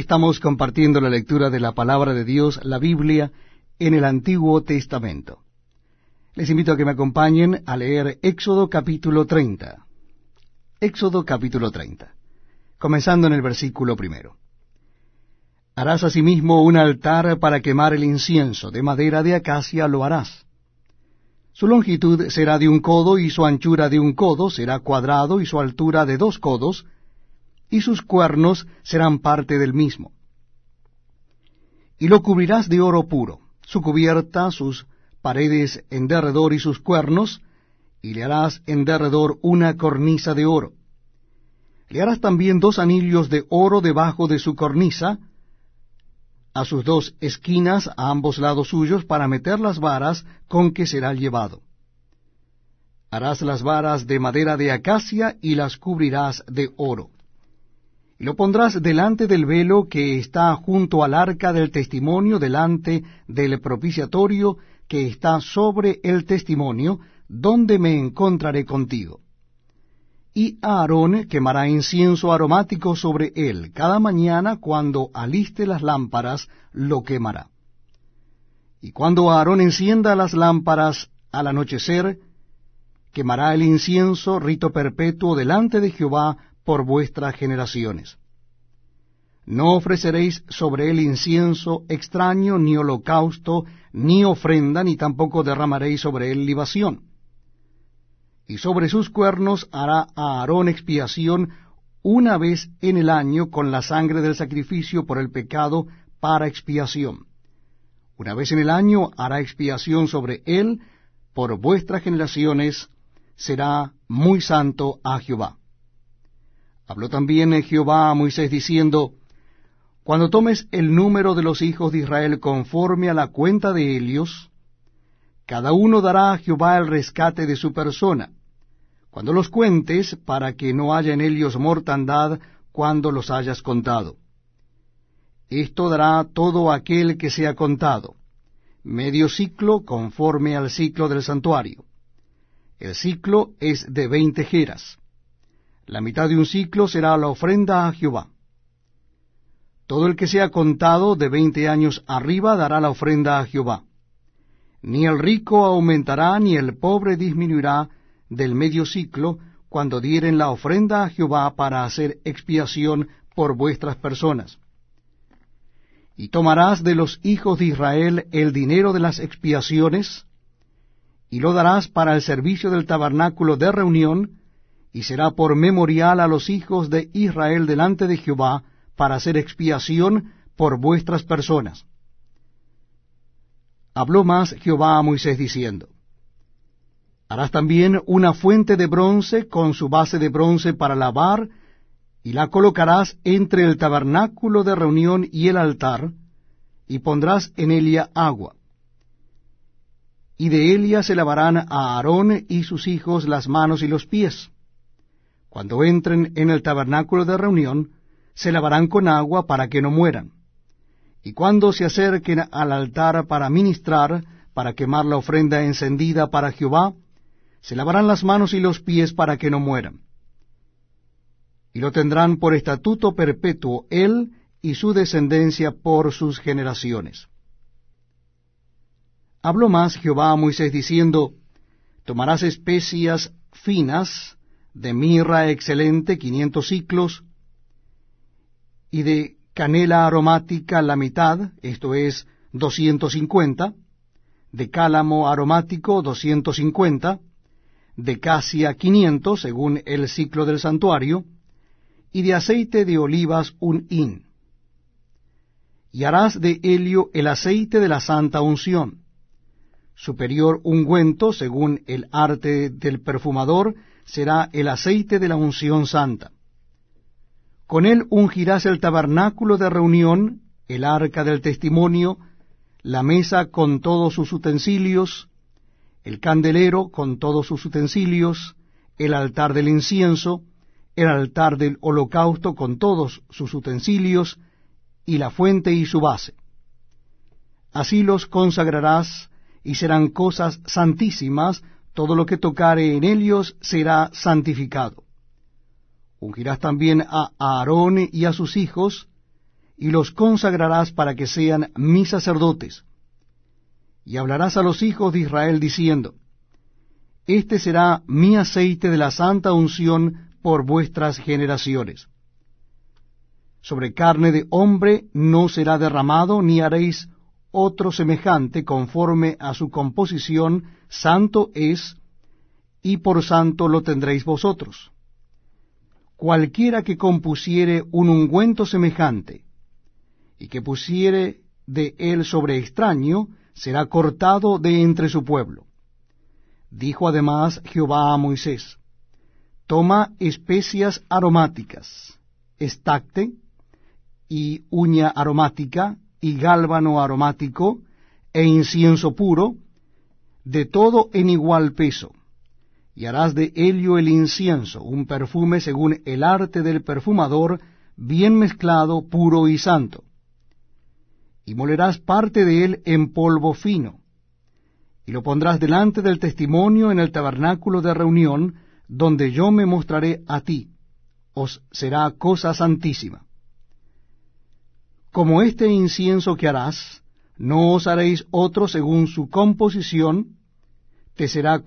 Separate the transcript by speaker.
Speaker 1: Estamos compartiendo la lectura de la palabra de Dios, la Biblia, en el Antiguo Testamento. Les invito a que me acompañen a leer Éxodo capítulo 30. Éxodo capítulo 30, comenzando en el versículo 1. Harás asimismo un altar para quemar el incienso, de madera de acacia lo harás. Su longitud será de 1 codo, y su anchura de 1 codo, será cuadrado, y su altura de 2 codos, y sus cuernos serán parte del mismo. Y lo cubrirás de oro puro, su cubierta, sus paredes en derredor y sus cuernos, y le harás en derredor una cornisa de oro. Le harás también 2 anillos de oro debajo de su cornisa, a sus 2 esquinas a ambos lados suyos, para meter las varas con que será llevado. Harás las varas de madera de acacia y las cubrirás de oro. Y lo pondrás delante del velo que está junto al arca del testimonio, delante del propiciatorio que está sobre el testimonio, donde me encontraré contigo. Y Aarón quemará incienso aromático sobre él. Cada mañana, cuando aliste las lámparas, lo quemará. Y cuando Aarón encienda las lámparas al anochecer, quemará el incienso, rito perpetuo, delante de Jehová por vuestras generaciones. No ofreceréis sobre él incienso extraño, ni holocausto, ni ofrenda, ni tampoco derramaréis sobre él libación. Y sobre sus cuernos hará Aarón expiación una vez en el año con la sangre del sacrificio por el pecado para expiación. Una vez en el año hará expiación sobre él por vuestras generaciones, será muy santo a Jehová. Habló también Jehová a Moisés diciendo: Cuando tomes el número de los hijos de Israel conforme a la cuenta de ellos, cada uno dará a Jehová el rescate de su persona, cuando los cuentes, para que no haya en ellos mortandad cuando los hayas contado. Esto dará todo aquel que sea contado, medio siclo conforme al siclo del santuario. El siclo es de 20 geras. La mitad de 1 siclo será la ofrenda a Jehová. Todo el que sea contado de 20 años arriba dará la ofrenda a Jehová. Ni el rico aumentará, ni el pobre disminuirá del medio siclo, cuando dieren la ofrenda a Jehová para hacer expiación por vuestras personas. Y tomarás de los hijos de Israel el dinero de las expiaciones, y lo darás para el servicio del tabernáculo de reunión, y será por memorial a los hijos de Israel delante de Jehová, para hacer expiación por vuestras personas. Habló más Jehová a Moisés diciendo: Harás también una fuente de bronce con su base de bronce para lavar, y la colocarás entre el tabernáculo de reunión y el altar, y pondrás en ella agua. Y de ella se lavarán a Aarón y sus hijos las manos y los pies. Cuando entren en el tabernáculo de reunión, se lavarán con agua para que no mueran. Y cuando se acerquen al altar para ministrar, para quemar la ofrenda encendida para Jehová, se lavarán las manos y los pies para que no mueran. Y lo tendrán por estatuto perpetuo él y su descendencia por sus generaciones. Habló más Jehová a Moisés diciendo: Tomarás especias finas, de mirra excelente 500 siclos, y de canela aromática la mitad, esto es 250, de cálamo aromático 250, de casia 500, según el ciclo del santuario, y de aceite de olivas 1 hin. Y harás de helio el aceite de la santa unción. Superior ungüento, según el arte del perfumador, será el aceite de la unción santa. Con él ungirás el tabernáculo de reunión, el arca del testimonio, la mesa con todos sus utensilios, el candelero con todos sus utensilios, el altar del incienso, el altar del holocausto con todos sus utensilios, y la fuente y su base. Así los consagrarás, y serán cosas santísimas, todo lo que tocare en ellos será santificado. Ungirás también a Aarón y a sus hijos, y los consagrarás para que sean mis sacerdotes. Y hablarás a los hijos de Israel diciendo, este será mi aceite de la santa unción por vuestras generaciones. Sobre carne de hombre no será derramado, ni haréis otro semejante conforme a su composición, santo es, y por santo lo tendréis vosotros. Cualquiera que compusiere un ungüento semejante, y que pusiere de él sobre extraño, será cortado de entre su pueblo. Dijo además Jehová a Moisés, toma especias aromáticas, estacte, y uña aromática, y gálbano aromático, e incienso puro, de todo en igual peso, y harás de ello el incienso, un perfume según el arte del perfumador, bien mezclado, puro y santo. Y molerás parte de él en polvo fino, y lo pondrás delante del testimonio en el tabernáculo de reunión, donde yo me mostraré a ti, os será cosa santísima. Como este incienso que harás, no os haréis otro según su composición, te será